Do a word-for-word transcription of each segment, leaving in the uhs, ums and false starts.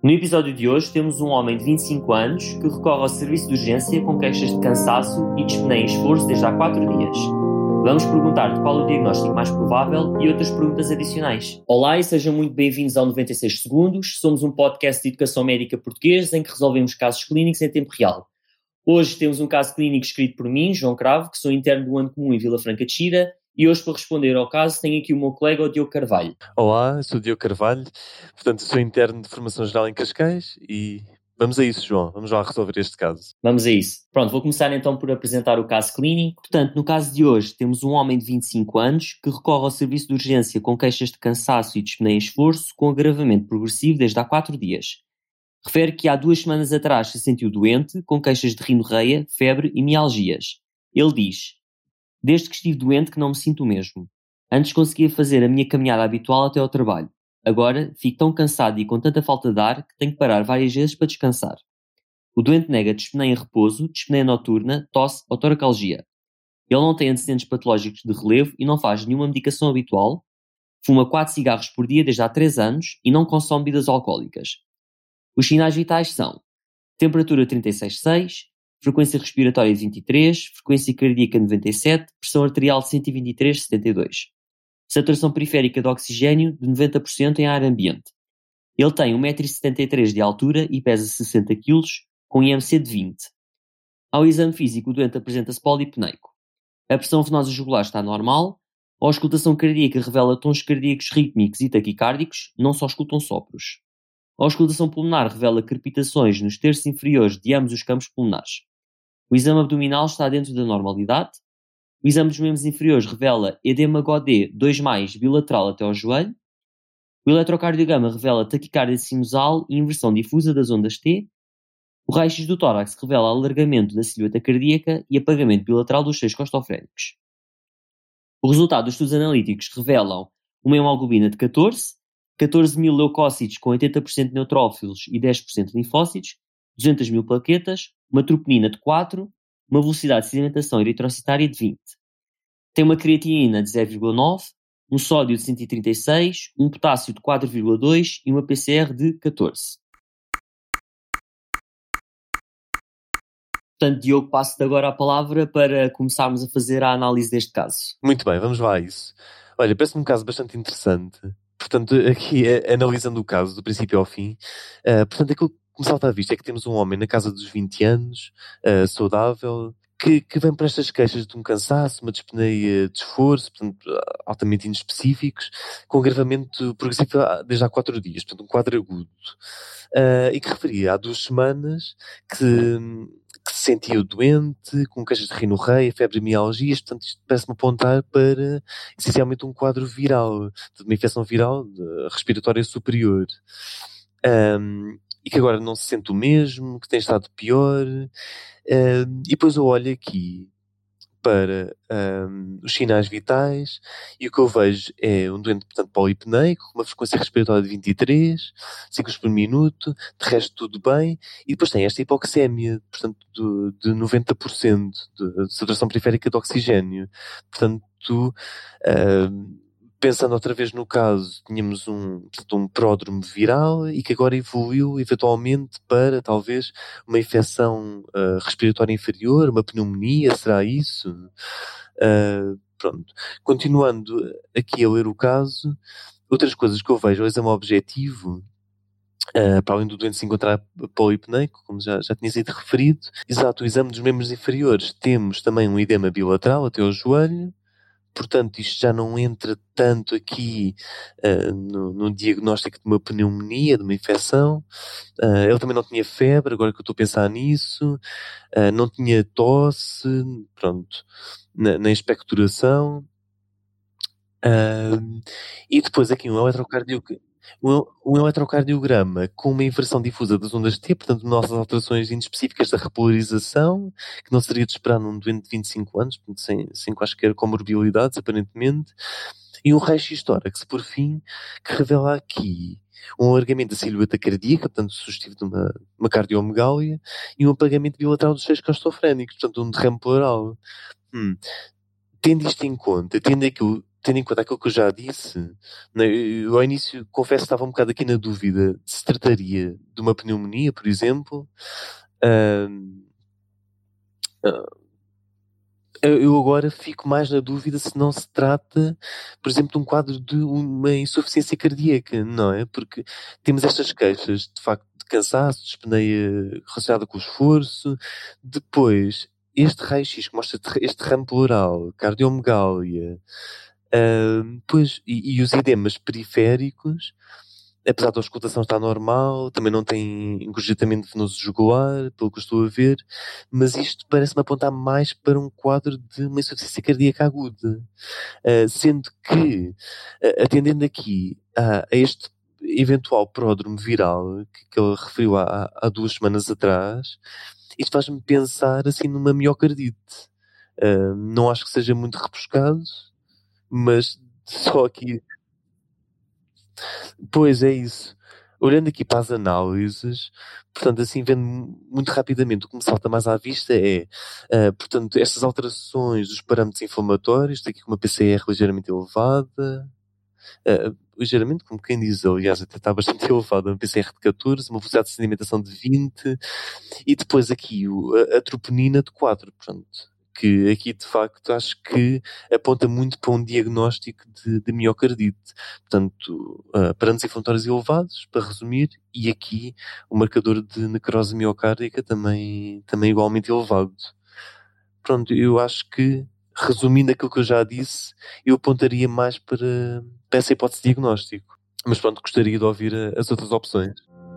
No episódio de hoje temos um homem de vinte e cinco anos que recorre ao serviço de urgência com queixas de cansaço e dispneia em esforço desde há quatro dias. Vamos perguntar-te qual é o diagnóstico mais provável e outras perguntas adicionais. Olá e sejam muito bem-vindos ao noventa e seis segundos. Somos um podcast de educação médica português em que resolvemos casos clínicos em tempo real. Hoje temos um caso clínico escrito por mim, João Cravo, que sou interno do Ano Comum em Vila Franca de Xira, e hoje para responder ao caso tenho aqui o meu colega, o Diogo Carvalho. Olá, eu sou o Diogo Carvalho, portanto sou interno de formação geral em Cascais e vamos a isso, João, vamos lá resolver este caso. Vamos a isso. Pronto, vou começar então por apresentar o caso clínico. Portanto, no caso de hoje temos um homem de vinte e cinco anos que recorre ao serviço de urgência com queixas de cansaço e dispneia em esforço com agravamento progressivo desde há quatro dias. Refere que há duas semanas atrás se sentiu doente, com queixas de rinorreia, febre e mialgias. Ele diz: desde que estive doente que não me sinto o mesmo. Antes conseguia fazer a minha caminhada habitual até ao trabalho. Agora fico tão cansado e com tanta falta de ar que tenho que parar várias vezes para descansar. O doente nega dispneia em repouso, dispneia noturna, tosse ou toracalgia. Ele não tem antecedentes patológicos de relevo e não faz nenhuma medicação habitual. Fuma quatro cigarros por dia desde há três anos e não consome bebidas alcoólicas. Os sinais vitais são temperatura trinta e seis vírgula seis, frequência respiratória de vinte e três, frequência cardíaca noventa e sete, pressão arterial de cento e vinte e três vírgula setenta e dois. Saturação periférica de oxigênio de noventa por cento em ar ambiente. Ele tem um metro e setenta e três de altura e pesa sessenta quilos, com I M C de vinte. Ao exame físico, o doente apresenta-se polipneico. A pressão venosa jugular está normal. A auscultação cardíaca revela tons cardíacos rítmicos e taquicárdicos, não só escutam sopros. A auscultação pulmonar revela crepitações nos terços inferiores de ambos os campos pulmonares. O exame abdominal está dentro da normalidade. O exame dos membros inferiores revela edema G O D dois mais bilateral até ao joelho. O eletrocardiograma revela taquicardia sinusal e inversão difusa das ondas T. O raio-x do tórax revela alargamento da silhueta cardíaca e apagamento bilateral dos seios costofrénicos. O resultado dos estudos analíticos revelam uma hemoglobina de catorze, catorze mil leucócitos com oitenta por cento de neutrófilos e dez por cento de linfócitos, duzentas mil plaquetas, uma troponina de quatro, uma velocidade de sedimentação eritrocitária de vinte. Tem uma creatinina de zero vírgula nove, um sódio de cento e trinta e seis, um potássio de quatro vírgula dois e uma P C R de catorze. Portanto, Diogo, passo-te agora a palavra para começarmos a fazer a análise deste caso. Muito bem, vamos lá a isso. Olha, parece-me um caso bastante interessante. Portanto, aqui, é, analisando o caso do princípio ao fim, uh, portanto, aquilo que me salta à vista é que temos um homem na casa dos vinte anos, uh, saudável, que, que vem para estas queixas de um cansaço, uma dispneia de esforço, portanto, altamente inespecíficos, com agravamento progressivo desde há quatro dias, portanto, um quadro agudo. Uh, e que referia há duas semanas que, que se sentia doente, com queixas de rinorreia, febre e mialgias, portanto, isto parece-me apontar para, essencialmente, um quadro viral, de uma infecção viral respiratória superior. Um, e que agora não se sente o mesmo, que tem estado pior. Um, e depois eu olho aqui para um, os sinais vitais e o que eu vejo é um doente, portanto, polipneico, com uma frequência respiratória de vinte e três ciclos por minuto, de resto tudo bem, e depois tem esta hipoxémia, portanto, de, de noventa por cento de, de saturação periférica de oxigênio. Portanto, um, pensando outra vez no caso, tínhamos um, portanto, um pródromo viral e que agora evoluiu eventualmente para talvez uma infecção uh, respiratória inferior, uma pneumonia, será isso? Uh, pronto. Continuando aqui a ler o caso, outras coisas que eu vejo ao exame objetivo, Uh, para além do doente se encontrar polipneico, como já, já tinha sido referido. Exato, o exame dos membros inferiores, temos também um edema bilateral até ao joelho. Portanto, isto já não entra tanto aqui uh, no, no diagnóstico de uma pneumonia, de uma infecção. Uh, ele também não tinha febre, agora que eu estou a pensar nisso. Uh, não tinha tosse, pronto, na, na expectoração. Uh, e depois aqui um eletrocardiograma. Um, um eletrocardiograma com uma inversão difusa das ondas T, portanto, nossas alterações inespecíficas da repolarização, que não seria de esperar num doente de vinte e cinco anos, portanto, sem, sem quaisquer comorbilidades, aparentemente. E um raio-x tórax, por fim, que revela aqui um alargamento da silhueta cardíaca, portanto, sugestivo de uma, uma cardiomegália, e um apagamento bilateral dos seios costofrénicos, portanto, um derrame pleural. Hum. Tendo isto em conta, tendo aquilo tendo em conta aquilo que eu já disse, né, eu ao início confesso que estava um bocado aqui na dúvida de se trataria de uma pneumonia, por exemplo. Uh, uh, eu agora fico mais na dúvida se não se trata, por exemplo, de um quadro de uma insuficiência cardíaca, não é? Porque temos estas queixas, de facto, de cansaço, de espineia relacionada com o esforço. Depois, este raio-x que mostra este ramo pleural, cardiomegália, uh, depois, e, e os edemas periféricos, apesar da auscultação estar normal, também não tem engurgitamento venoso jugular, pelo que eu estou a ver, mas isto parece-me apontar mais para um quadro de uma insuficiência cardíaca aguda. Uh, sendo que, uh, atendendo aqui a, a este eventual pródromo viral que, que ele referiu há, há duas semanas atrás, isto faz-me pensar assim numa miocardite. Uh, não acho que seja muito rebuscado, mas só aqui... Pois é isso. Olhando aqui para as análises, portanto, assim, vendo muito rapidamente, o que me salta mais à vista é, uh, portanto, estas alterações dos parâmetros inflamatórios, tem aqui com uma P C R ligeiramente elevada, uh, ligeiramente, como quem diz, aliás, até está bastante elevada, uma P C R de catorze, uma velocidade de sedimentação de vinte, e depois aqui o, a, a troponina de quatro, portanto, que aqui de facto acho que aponta muito para um diagnóstico de, de miocardite. Portanto, uh, parâmetros inflamatórios elevados, para resumir, e aqui o marcador de necrose miocárdica também, também igualmente elevado. Pronto, eu acho que, resumindo aquilo que eu já disse, eu apontaria mais para, para essa hipótese de diagnóstico. Mas pronto, gostaria de ouvir a, as outras opções.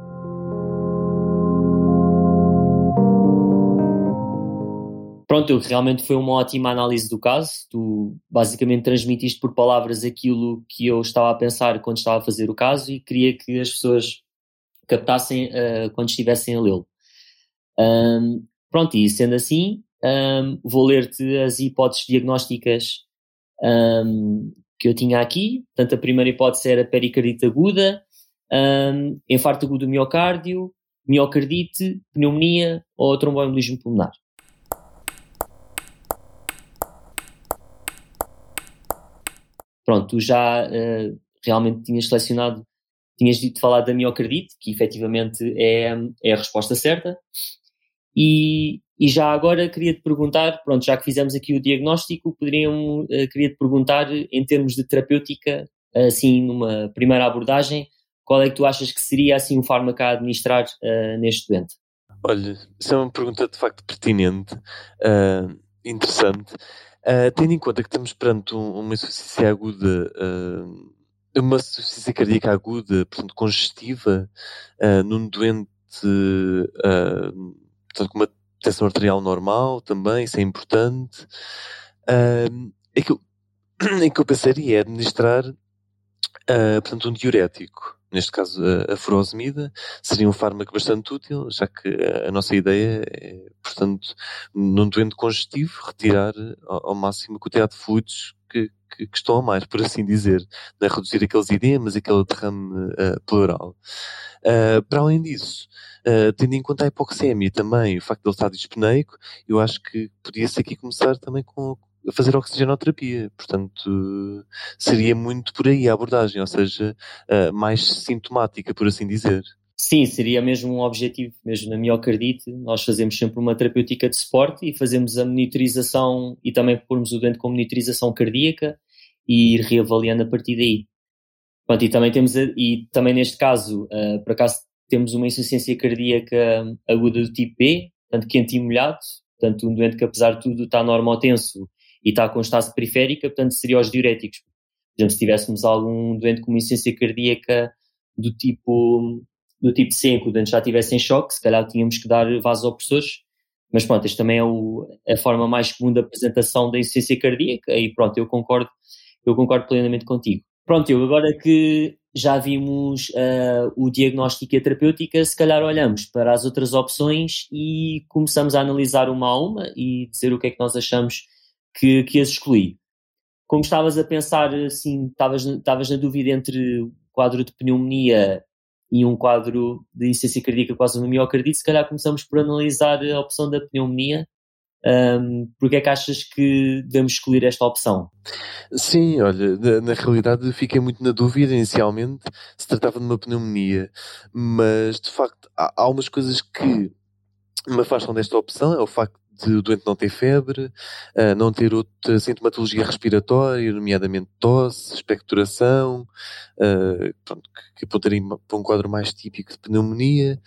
Pronto, realmente foi uma ótima análise do caso. Tu basicamente transmitiste por palavras aquilo que eu estava a pensar quando estava a fazer o caso e queria que as pessoas captassem uh, quando estivessem a lê-lo. Um, pronto, e sendo assim, um, vou ler-te as hipóteses diagnósticas um, que eu tinha aqui. Portanto, a primeira hipótese era pericardite aguda, um, infarto agudo do miocárdio, miocardite, pneumonia ou tromboembolismo pulmonar. Pronto, tu já uh, realmente tinhas selecionado, tinhas dito falar da miocardite, que efetivamente é, é a resposta certa. E, e já agora queria-te perguntar, pronto, já que fizemos aqui o diagnóstico, poderiam, uh, queria-te perguntar, em termos de terapêutica, assim, numa primeira abordagem, qual é que tu achas que seria, assim, um fármaco a administrar uh, neste doente? Olha, isso é uma pergunta de facto pertinente, uh, interessante. Uh, tendo em conta que estamos perante um, uma insuficiência aguda, uh, uma insuficiência cardíaca aguda, portanto congestiva, uh, num doente uh, portanto, com uma tensão arterial normal também, isso é importante. Uh, aquilo, em que eu pensaria é administrar uh, portanto, um diurético. Neste caso, a, a furosemida seria um fármaco bastante útil, já que a, a nossa ideia é, portanto, num doente congestivo, retirar ao, ao máximo a quantidade de fluidos que, que, que estão a mais, por assim dizer, né? Reduzir aqueles edemas, aquele derrame uh, pleural. Uh, para além disso, uh, tendo em conta a hipoxémia também, o facto de ele estar dispneico, eu acho que podia-se aqui começar também com a fazer oxigenoterapia. Portanto, seria muito por aí a abordagem, ou seja, uh, mais sintomática, por assim dizer. Sim, seria mesmo um objetivo, mesmo na miocardite, nós fazemos sempre uma terapêutica de suporte e fazemos a monitorização e também pormos o doente com monitorização cardíaca e ir reavaliando a partir daí. Pronto, e também temos, a, e também neste caso, uh, por acaso temos uma insuficiência cardíaca aguda do tipo B, portanto quente e molhado, portanto um doente que apesar de tudo está normotenso e está com estase periférica, portanto seria os diuréticos. Por exemplo, se tivéssemos algum doente com uma insuficiência cardíaca do tipo, do tipo C, em que o doente já estivesse em choque, se calhar tínhamos que dar vasopressores, mas pronto, este também é o, a forma mais comum de apresentação da insuficiência cardíaca e pronto, eu concordo, eu concordo plenamente contigo. Pronto, eu agora que já vimos uh, o diagnóstico e a terapêutica, se calhar olhamos para as outras opções e começamos a analisar uma a uma e dizer o que é que nós achamos que, que as excluir. Como estavas a pensar, assim, estavas, estavas na dúvida entre o quadro de pneumonia e um quadro de insuficiência cardíaca quase uma miocardite, se calhar começamos por analisar a opção da pneumonia Um, porque é que achas que devemos escolher esta opção? Sim, olha, na, na realidade fiquei muito na dúvida inicialmente se tratava de uma pneumonia, mas de facto há, há umas coisas que me afastam desta opção, é o facto de o doente não ter febre, uh, não ter outra sintomatologia respiratória, nomeadamente tosse, expectoração, uh, pronto, que, que apontaria para um quadro mais típico de pneumonia.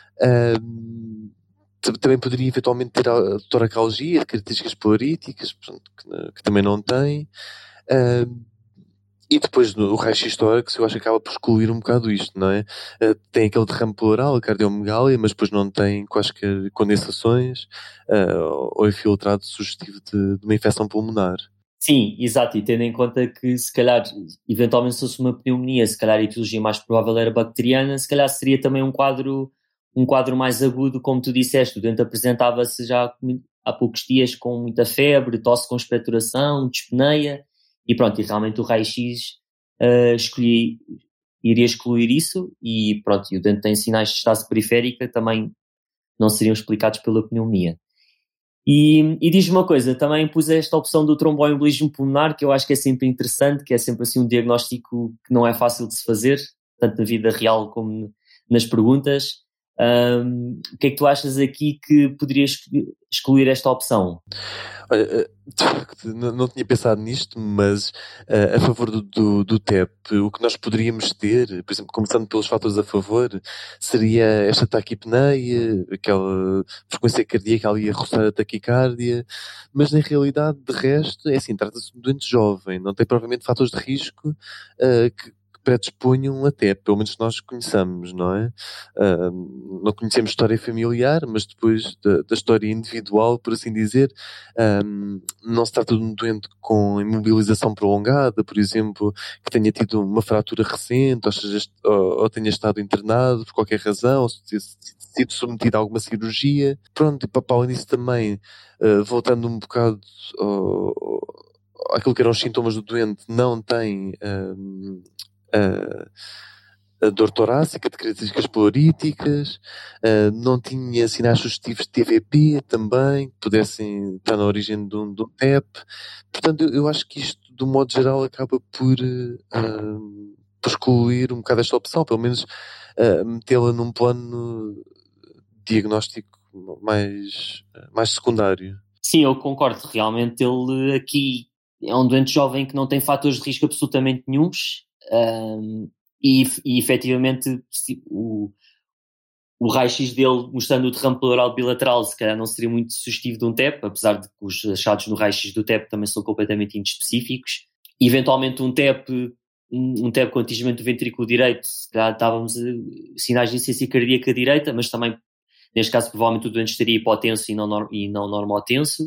Uh, Também poderia eventualmente ter a toracalgia, características pleuríticas, portanto, que, que também não tem. Uh, e depois no raio-x tórax eu acho que acaba por excluir um bocado isto, não é? Uh, tem aquele derrame pleural, a cardiomegalia, mas depois não tem quaisquer condensações uh, ou infiltrado sugestivo de, de uma infecção pulmonar. Sim, exato, e tendo em conta que se calhar, eventualmente se fosse uma pneumonia, se calhar a etiologia mais provável era bacteriana, se calhar seria também um quadro, um quadro mais agudo, como tu disseste, o doente apresentava-se já há poucos dias com muita febre, tosse com expectoração, dispneia, e pronto, e realmente o raio-x uh, escolhi, iria excluir isso, e pronto, e o doente tem sinais de estase periférica, também não seriam explicados pela pneumonia. E, e diz-me uma coisa, também pus esta opção do tromboembolismo pulmonar, que eu acho que é sempre interessante, que é sempre assim um diagnóstico que não é fácil de se fazer, tanto na vida real como nas perguntas. Um, o que é que tu achas aqui que poderias excluir esta opção? Olha, de facto, não, não tinha pensado nisto, mas uh, a favor do, do, do T E P, o que nós poderíamos ter, por exemplo, começando pelos fatores a favor, seria esta taquipneia, aquela frequência cardíaca ali a roçar a taquicardia, mas na realidade, de resto, é assim, trata-se de um doente jovem, não tem provavelmente fatores de risco uh, que predisponham até, pelo menos nós conheçamos, não é? Uh, não conhecemos história familiar, mas depois da, da história individual, por assim dizer, um, não se trata de um doente com imobilização prolongada, por exemplo, que tenha tido uma fratura recente, ou, seja, ou, ou tenha estado internado por qualquer razão, ou sido submetido a alguma cirurgia. Pronto, e para além disso também, uh, voltando um bocado ao, àquilo que eram os sintomas do doente, não tem um, uh, a dor torácica de características pleuríticas, uh, não tinha sinais sugestivos de T V P também, que pudessem estar na origem de um, de um T E P. Portanto, eu, eu acho que isto, de um modo geral, acaba por, uh, por excluir um bocado esta opção, pelo menos uh, metê-la num plano diagnóstico mais, mais secundário. Sim, eu concordo. Realmente ele aqui é um doente jovem que não tem fatores de risco absolutamente nenhuns. Um, e, e efetivamente o, o raio-x dele mostrando o derrame pleural bilateral se calhar não seria muito sugestivo de um T E P, apesar de que os achados no raio-x do T E P também são completamente inespecíficos. Eventualmente um T E P, um, um T E P com atingimento do ventrículo direito, se calhar estávamos uh, sinais de insuficiência cardíaca direita, mas também neste caso provavelmente o doente estaria hipotenso e não, e não normotenso.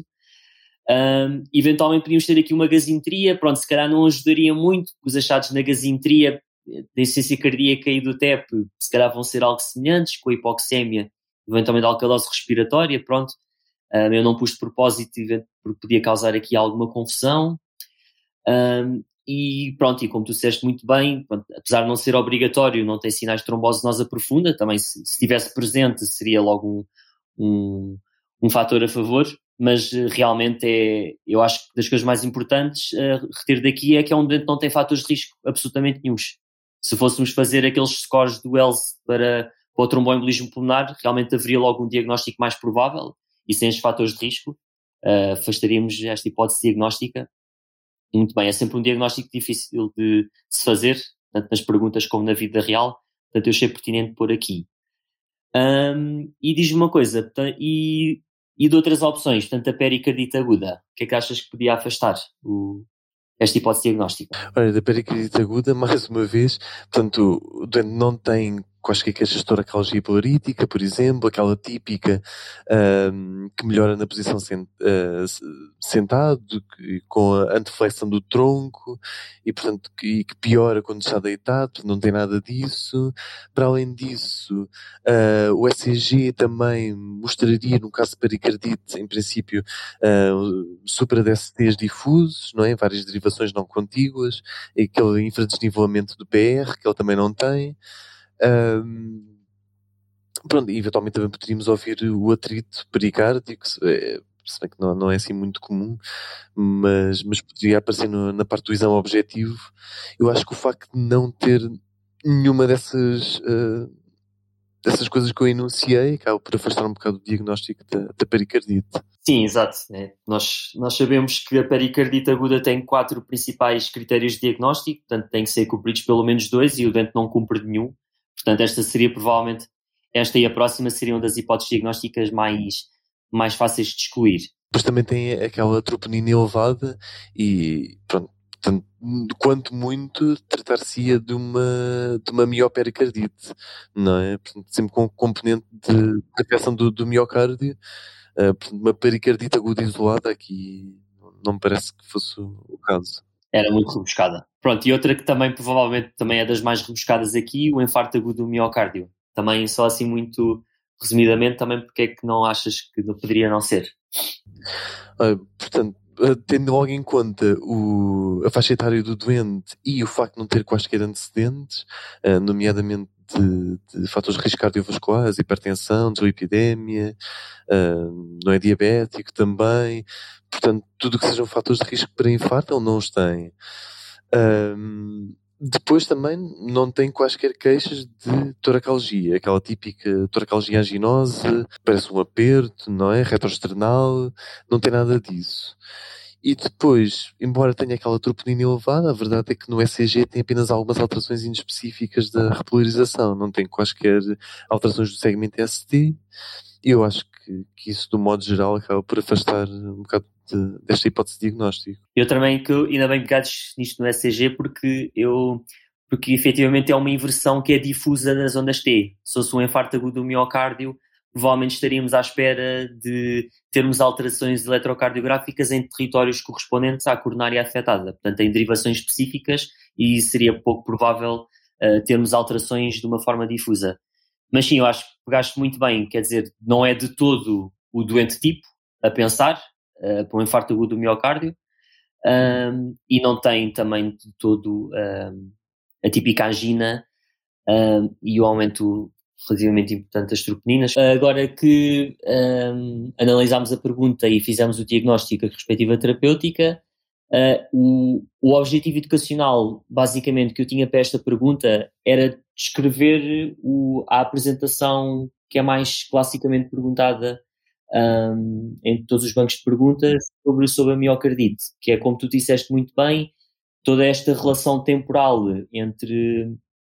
Um, eventualmente podíamos ter aqui uma gasinteria, pronto, se calhar não ajudaria muito, os achados na gasinteria da insuficiência cardíaca e do T E P se calhar vão ser algo semelhantes, com a hipoxémia, eventualmente a alcalose respiratória, pronto. Um, eu não pus de propósito porque podia causar aqui alguma confusão. Um, e pronto, e como tu disseste muito bem, pronto, apesar de não ser obrigatório, não tem sinais de trombose venosa profunda, também se, se estivesse presente seria logo um, um, um fator a favor, mas uh, realmente é, eu acho que das coisas mais importantes a uh, reter daqui é que é um doente que não tem fatores de risco absolutamente nenhuns. Se fôssemos fazer aqueles scores do Wells para, para o tromboembolismo pulmonar, realmente haveria logo um diagnóstico mais provável e sem estes fatores de risco uh, afastaríamos esta hipótese diagnóstica. Muito bem, é sempre um diagnóstico difícil de se fazer, tanto nas perguntas como na vida real, portanto eu achei pertinente pôr aqui. Um, e diz-me uma coisa, e, e de outras opções, portanto a pericardite aguda, o que é que achas que podia afastar o, esta hipótese diagnóstica? Olha, da pericardite aguda, mais uma vez, portanto, o doente não tem quaisquer queixas de toracalgia pleurítica, por exemplo, aquela típica um, que melhora na posição sent, uh, sentado, que, com a anteflexão do tronco, e portanto que, que piora quando está deitado, não tem nada disso. Para além disso, uh, o E C G também mostraria, no caso de pericardite, em princípio, uh, supra-D S Ts difusos, não é? Várias derivações não contíguas, e aquele infradesnivelamento do P R, que ele também não tem. Um, pronto, e eventualmente também poderíamos ouvir o atrito pericárdico, é, se bem que não, não é assim muito comum, mas, mas poderia aparecer no, na parte do exame objetivo. Eu acho que o facto de não ter nenhuma dessas, uh, dessas coisas que eu enunciei acaba por afastar um bocado o diagnóstico da, da pericardite. Sim, exato. Né? Nós, nós sabemos que a pericardite aguda tem quatro principais critérios de diagnóstico, portanto tem que ser cumpridos pelo menos dois e o doente não cumpre nenhum. Portanto, esta seria provavelmente, esta e a próxima seriam das hipóteses diagnósticas mais, mais fáceis de excluir. Depois também tem aquela troponina elevada e, pronto, portanto, quanto muito tratar-se-ia de uma, de uma miopericardite, não é? Portanto, sempre com componente de afecção do, do miocárdio, uh, portanto, uma pericardite aguda isolada aqui não me parece que fosse o caso. Era muito rebuscada. Pronto, e outra que também provavelmente também é das mais rebuscadas aqui, o infarto agudo do miocárdio. Também só assim muito resumidamente, também porque é que não achas que não poderia não ser? Uh, portanto, uh, tendo logo em conta o, a faixa etária do doente e o facto de não ter quaisquer antecedentes, uh, nomeadamente de, de fatores de risco cardiovasculares, hipertensão, dislipidemia, uh, não é diabético também, portanto, tudo o que sejam fatores de risco para infarto, ele não os tem. Um, depois também não tem quaisquer queixas de toracalgia, aquela típica toracalgia anginosa, parece um aperto, não é? Retroesternal, não tem nada disso. E depois, embora tenha aquela troponina elevada, a verdade é que no E C G tem apenas algumas alterações inespecíficas da repolarização, não tem quaisquer alterações do segmento S T. E eu acho que, que isso, do modo geral, acaba por afastar um bocado de, desta hipótese de diagnóstico. Eu também, que ainda bem pegados nisto no E C G, porque eu porque efetivamente é uma inversão que é difusa nas ondas T. Se fosse um infarto agudo do miocárdio, provavelmente estaríamos à espera de termos alterações eletrocardiográficas em territórios correspondentes à coronária afetada, portanto em derivações específicas, e seria pouco provável uh, termos alterações de uma forma difusa. Mas sim, eu acho que pegaste muito bem, quer dizer, não é de todo o doente tipo a pensar uh, para um infarto agudo do miocárdio, um, e não tem também de todo um, a típica angina um, e o aumento relativamente importante das troponinas. Agora que um, analisámos a pergunta e fizemos o diagnóstico e a respectiva terapêutica, uh, o, o objetivo educacional, basicamente, que eu tinha para esta pergunta era descrever o, a apresentação que é mais classicamente perguntada um, em todos os bancos de perguntas sobre, sobre a miocardite, que é, como tu disseste muito bem, toda esta relação temporal entre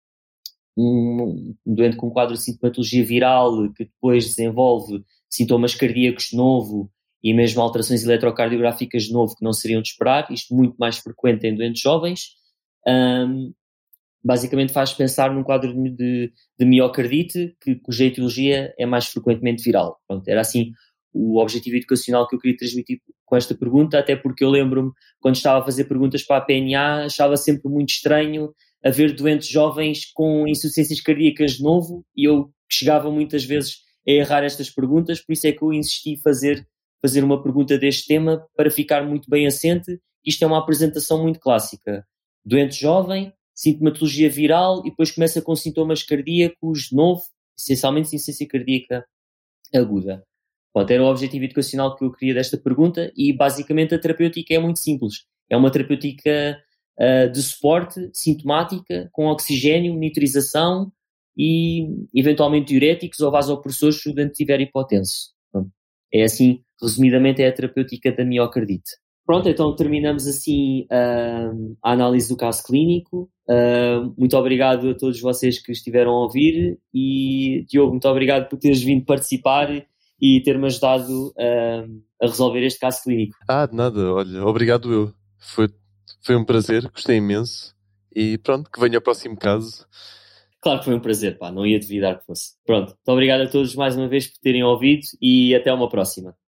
um, um doente com quadro de sintomatologia viral que depois desenvolve sintomas cardíacos de novo e mesmo alterações eletrocardiográficas de novo que não seriam de esperar, isto muito mais frequente em doentes jovens, um, basicamente faz pensar num quadro de, de miocardite que, cuja etiologia é mais frequentemente viral. Pronto, era assim o objetivo educacional que eu queria transmitir com esta pergunta, até porque eu lembro-me, quando estava a fazer perguntas para a P N A, achava sempre muito estranho haver doentes jovens com insuficiências cardíacas de novo, e eu chegava muitas vezes a errar estas perguntas, por isso é que eu insisti em fazer, fazer uma pergunta deste tema para ficar muito bem assente. Isto é uma apresentação muito clássica. Doente jovem, sintomatologia viral, e depois começa com sintomas cardíacos de novo, essencialmente insuficiência cardíaca aguda. Pronto, era o objetivo educacional que eu queria desta pergunta, e basicamente a terapêutica é muito simples. É uma terapêutica uh, de suporte, sintomática, com oxigênio, monitorização e eventualmente diuréticos ou vasopressores se o doente estiver hipotenso. Pronto. É assim, resumidamente, é a terapêutica da miocardite. Pronto, então terminamos assim uh, a análise do caso clínico. Uh, muito obrigado a todos vocês que estiveram a ouvir, e Diogo, muito obrigado por teres vindo participar e ter-me ajudado uh, a resolver este caso clínico. Ah, de nada, olha, obrigado eu. Foi, foi um prazer, gostei imenso. E pronto, que venha o próximo caso. Claro que foi um prazer, pá, não ia duvidar que fosse. Pronto, muito obrigado a todos mais uma vez por terem ouvido, e até uma próxima.